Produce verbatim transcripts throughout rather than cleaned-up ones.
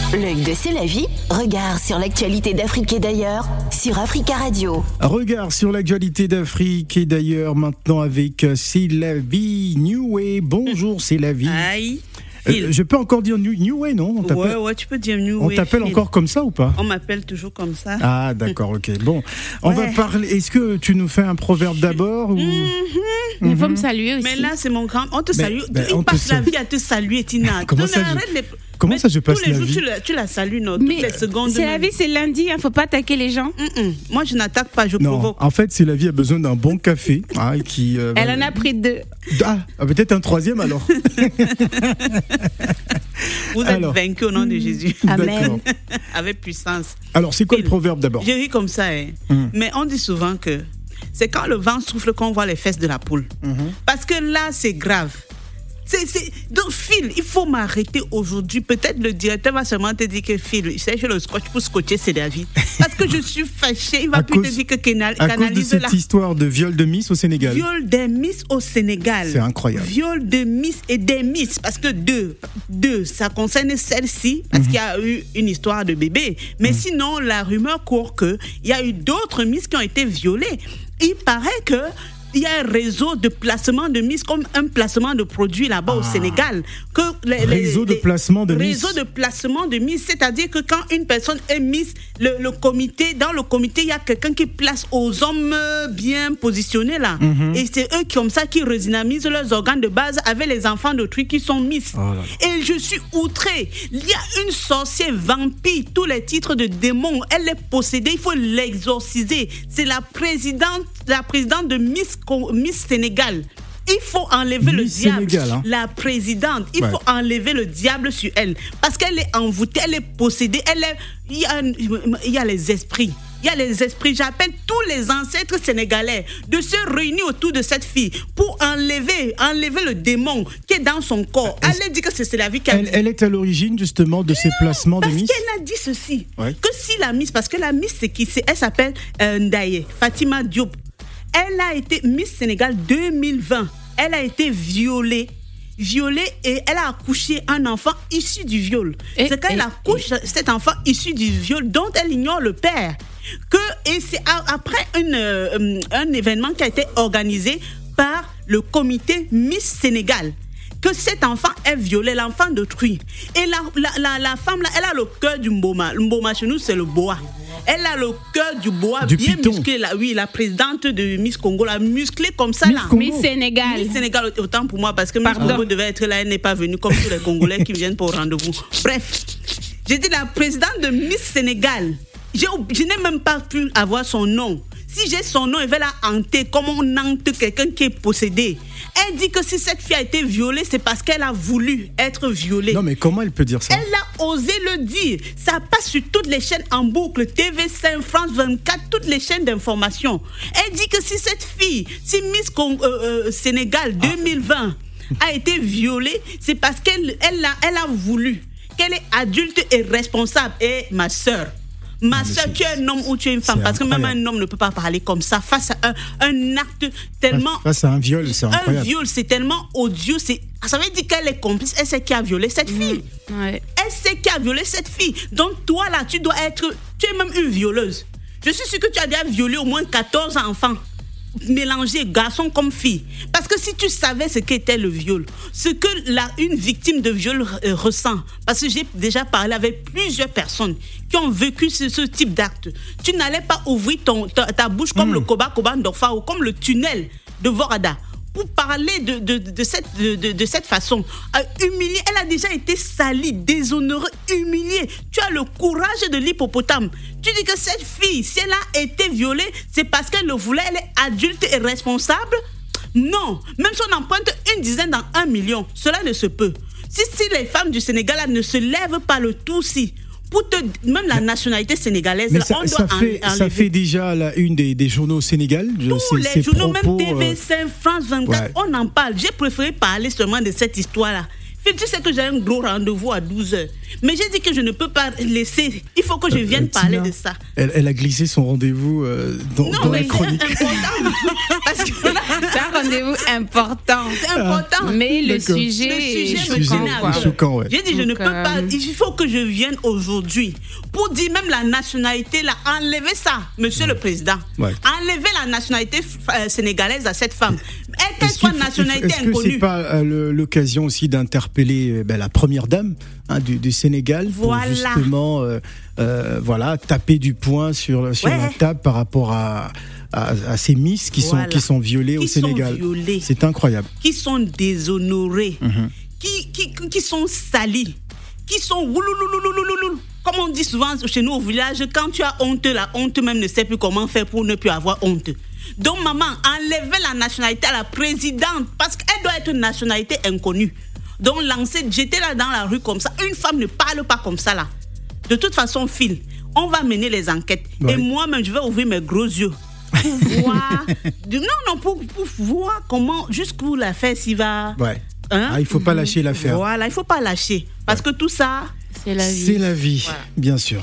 L'œil de C'est la vie, regard sur l'actualité d'Afrique et d'ailleurs, sur Africa Radio. Regard sur l'actualité d'Afrique et d'ailleurs, maintenant avec C'est la vie, New Way. Bonjour, C'est la vie. Aïe. Euh, je peux encore dire New, New Way, non? On ouais, ouais, tu peux dire New on Way. On t'appelle Phil. encore comme ça ou pas? On m'appelle toujours comme ça. Ah, d'accord, ok. Bon, on ouais. va parler. Est-ce que tu nous fais un proverbe d'abord ou... mm-hmm. Il faut me saluer aussi. Mais là, c'est mon grand. On te mais, salue. Ben, Il on passe te la vie à te saluer, Tina. Comment tu ça, je... les... Comment mais ça, je passe tous les la jours, vie tu la, tu la salues, non? Toutes les secondes. C'est la vie, c'est lundi. Il ne faut pas attaquer les gens. Mm-mm. Moi, je n'attaque pas, je non, provoque. En fait, C'est la vie a besoin d'un bon café. Hein, qui, euh, Elle en a pris deux. Ah, peut-être un troisième alors. Vous êtes alors, vaincus au nom de Jésus. Amen. Avec puissance. Alors, c'est quoi le proverbe d'abord? Je ris comme ça, hein. mm. Mais on dit souvent que c'est quand le vent souffle qu'on voit les fesses de la poule. Mm-hmm. Parce que là, c'est grave. C'est, c'est... Donc, Phil, il faut m'arrêter aujourd'hui. Peut-être le directeur va seulement te dire que Phil, il sait le scotch pour scotcher, c'est la vie. Parce que je suis fâchée. Il va à plus cause, te dire que canal, à cause de cette la... histoire de viol de Miss au Sénégal. Viol des Miss au Sénégal. C'est incroyable. Viol de Miss et des Miss. Parce que deux, deux ça concerne celle-ci, parce mm-hmm. qu'il y a eu une histoire de bébé. Mais mm-hmm. sinon, la rumeur court qu'il y a eu d'autres Miss qui ont été violées. Il paraît que il y a un réseau de placement de Miss comme un placement de produits là-bas ah. au Sénégal. Que les, réseau les, de placement de réseau Miss. Réseau de placement de Miss, c'est-à-dire que quand une personne est Miss, le, le comité, dans le comité, il y a quelqu'un qui place aux hommes bien positionnés là. Mm-hmm. Et c'est eux comme ça qui redynamisent leurs organes de base avec les enfants d'autrui qui sont Miss. Oh là là. Et je suis outrée. Il y a une sorcière vampire, tous les titres de démons, elle est possédée, il faut l'exorciser. C'est la présidente, la présidente de Miss Miss Sénégal. Il faut enlever Miss le diable. Sénégal, hein. La présidente, il ouais. faut enlever le diable sur elle. Parce qu'elle est envoûtée, elle est possédée, elle est... il, y a, il y a les esprits. Il y a les esprits. J'appelle tous les ancêtres sénégalais de se réunir autour de cette fille pour enlever, enlever le démon qui est dans son corps. Est-ce elle dit que c'est la vie qu'elle elle, elle est à l'origine justement de ces non, placements de Miss. Parce qu'elle a dit ceci. Ouais. Que si la Miss, parce que la Miss, c'est qui c'est, elle s'appelle euh, Ndaye, Fatima Diop. Elle a été Miss Sénégal deux mille vingt. Elle a été violée. Violée et elle a accouché un enfant issu du viol. Et, c'est quand et, elle accouche et... cet enfant issu du viol dont elle ignore le père. Que, et c'est après une, euh, un événement qui a été organisé par le comité Miss Sénégal que cet enfant est violé, l'enfant d'autrui. Et la, la, la, la femme, là, elle a le cœur du mboma. Le mboma, chez nous, c'est le boa. Elle a le cœur du boa du bien piton. musclé. Là. Oui, la présidente de Miss Congo, la musclée comme ça. Miss là. Miss Sénégal. Miss Sénégal, autant pour moi, parce que Miss Congo devait être là, elle n'est pas venue comme tous les Congolais qui viennent pour rendez-vous. Bref, j'ai dit la présidente de Miss Sénégal. J'ai, je n'ai même pas pu avoir son nom. Si j'ai son nom, elle va la hanter comme on hante quelqu'un qui est possédé. Elle dit que si cette fille a été violée, c'est parce qu'elle a voulu être violée. Non, mais comment elle peut dire ça? Elle a osé le dire. Ça passe sur toutes les chaînes en boucle, T V cinq, France vingt-quatre, toutes les chaînes d'information. Elle dit que si cette fille, si Miss Con- euh, euh, Sénégal deux mille vingt ah. a été violée, c'est parce qu'elle elle a, elle a voulu, qu'elle est adulte et responsable. Et ma sœur, Ma soeur, tu es un homme ou tu es une femme, parce incroyable. Que même un homme ne peut pas parler comme ça face à un, un acte tellement... Face à un viol, c'est incroyable. Un viol, c'est tellement odieux, c'est... Ça veut dire qu'elle est complice, elle sait qui a violé cette fille. Mmh. Ouais. Elle sait qui a violé cette fille. Donc toi là, tu dois être... Tu es même une violeuse. Je suis sûre que tu as déjà violé au moins quatorze enfants. Mélanger garçon comme fille. Parce que si tu savais ce qu'était le viol, ce que la, une victime de viol euh, ressent, parce que j'ai déjà parlé avec plusieurs personnes qui ont vécu ce, ce type d'acte, tu n'allais pas ouvrir ton, ta, ta bouche comme mmh. le Koba Koba Ndorfa ou comme le tunnel de Vorada pour parler de, de, de, cette, de, de, de cette façon. Euh, humiliée, elle a déjà été salie, déshonorée, humiliée. Tu as le courage de l'hippopotame. Tu dis que cette fille, si elle a été violée, c'est parce qu'elle le voulait, elle est adulte et responsable? Non. Même si on emprunte une dizaine dans un million, cela ne se peut. Si, si les femmes du Sénégal là, ne se lèvent pas le tout-ci, pour te, même la nationalité sénégalaise, mais là, ça, on ça, doit fait, en, ça fait déjà la une des, des journaux au Sénégal. Tous c'est, les ces journaux, propos, même T V cinq, France vingt-quatre, ouais. on en parle. J'ai préféré parler seulement de cette histoire-là. Phil, tu sais que j'ai un gros rendez-vous à douze heures. Mais j'ai dit que je ne peux pas laisser. Il faut que je vienne euh, parler Tina, de ça. Elle, elle a glissé son rendez-vous euh, dans, non, dans la chronique. C'est important. Parce que c'est un rendez-vous important. C'est important. Ah, mais le D'accord. sujet, le sujet est choquant. Est choquant ouais. J'ai dit, je Donc, ne peux euh... pas. Il faut que je vienne aujourd'hui pour dire même la nationalité, là, enlevez ça, monsieur ouais. le président. Ouais. Enlevez la nationalité euh, sénégalaise à cette femme. Qu'elle soit nationalité est-ce inconnue. Est-ce que c'est pas euh, l'occasion aussi d'interpeller ben, la première dame hein, du, du Sénégal voilà. pour justement euh, euh, voilà, taper du poing sur, sur ouais. la table par rapport à, à, à ces Miss qui, voilà. sont, qui sont violées qui au Sénégal. Violées, c'est incroyable. Qui sont déshonorées, mm-hmm. qui, qui, qui sont salies, qui sont woulouloulouloulouloulou. Comme on dit souvent chez nous au village, quand tu as honte, la honte même ne sait plus comment faire pour ne plus avoir honte. Donc maman, enlevez la nationalité à la présidente parce qu'elle doit être une nationalité inconnue. Donc lancer, jeter-la dans la rue comme ça. Une femme ne parle pas comme ça là. De toute façon, Phil, on va mener les enquêtes. Ouais. Et moi-même, je vais ouvrir mes gros yeux pour voir. non, non, pour, pour voir comment, jusqu'où l'affaire s'y va. Ouais. Hein? Ah, il ne faut pas lâcher l'affaire. Voilà, il ne faut pas lâcher. Parce ouais. que tout ça, c'est la vie. C'est la vie, voilà. Bien sûr.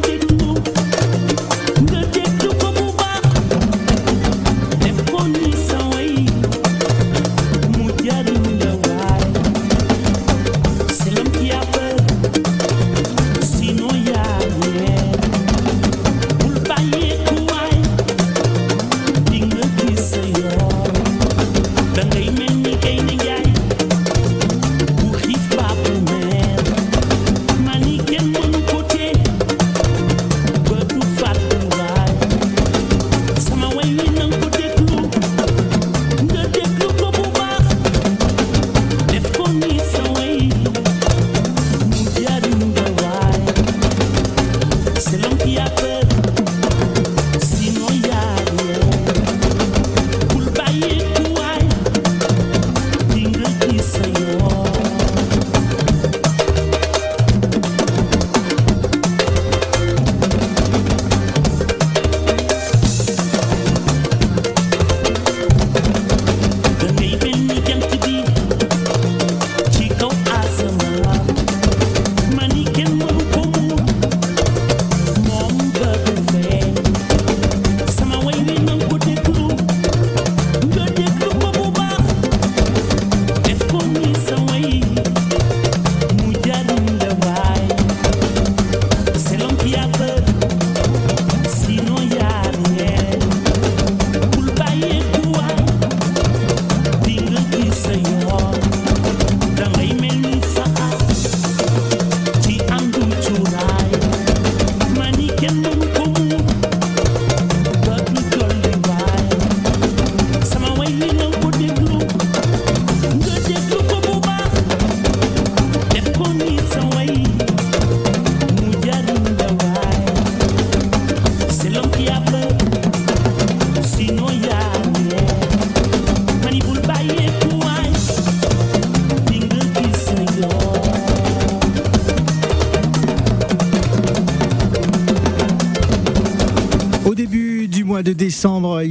Police.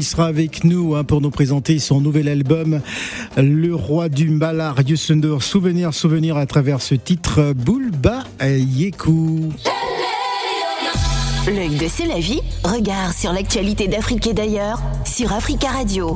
il sera avec nous hein, pour nous présenter son nouvel album, Le Roi du Mbala, Youssounder, Souvenir, Souvenir à travers ce titre, Boulba Yekou. L'œil de C'est la vie, regard sur l'actualité d'Afrique et d'ailleurs sur Africa Radio.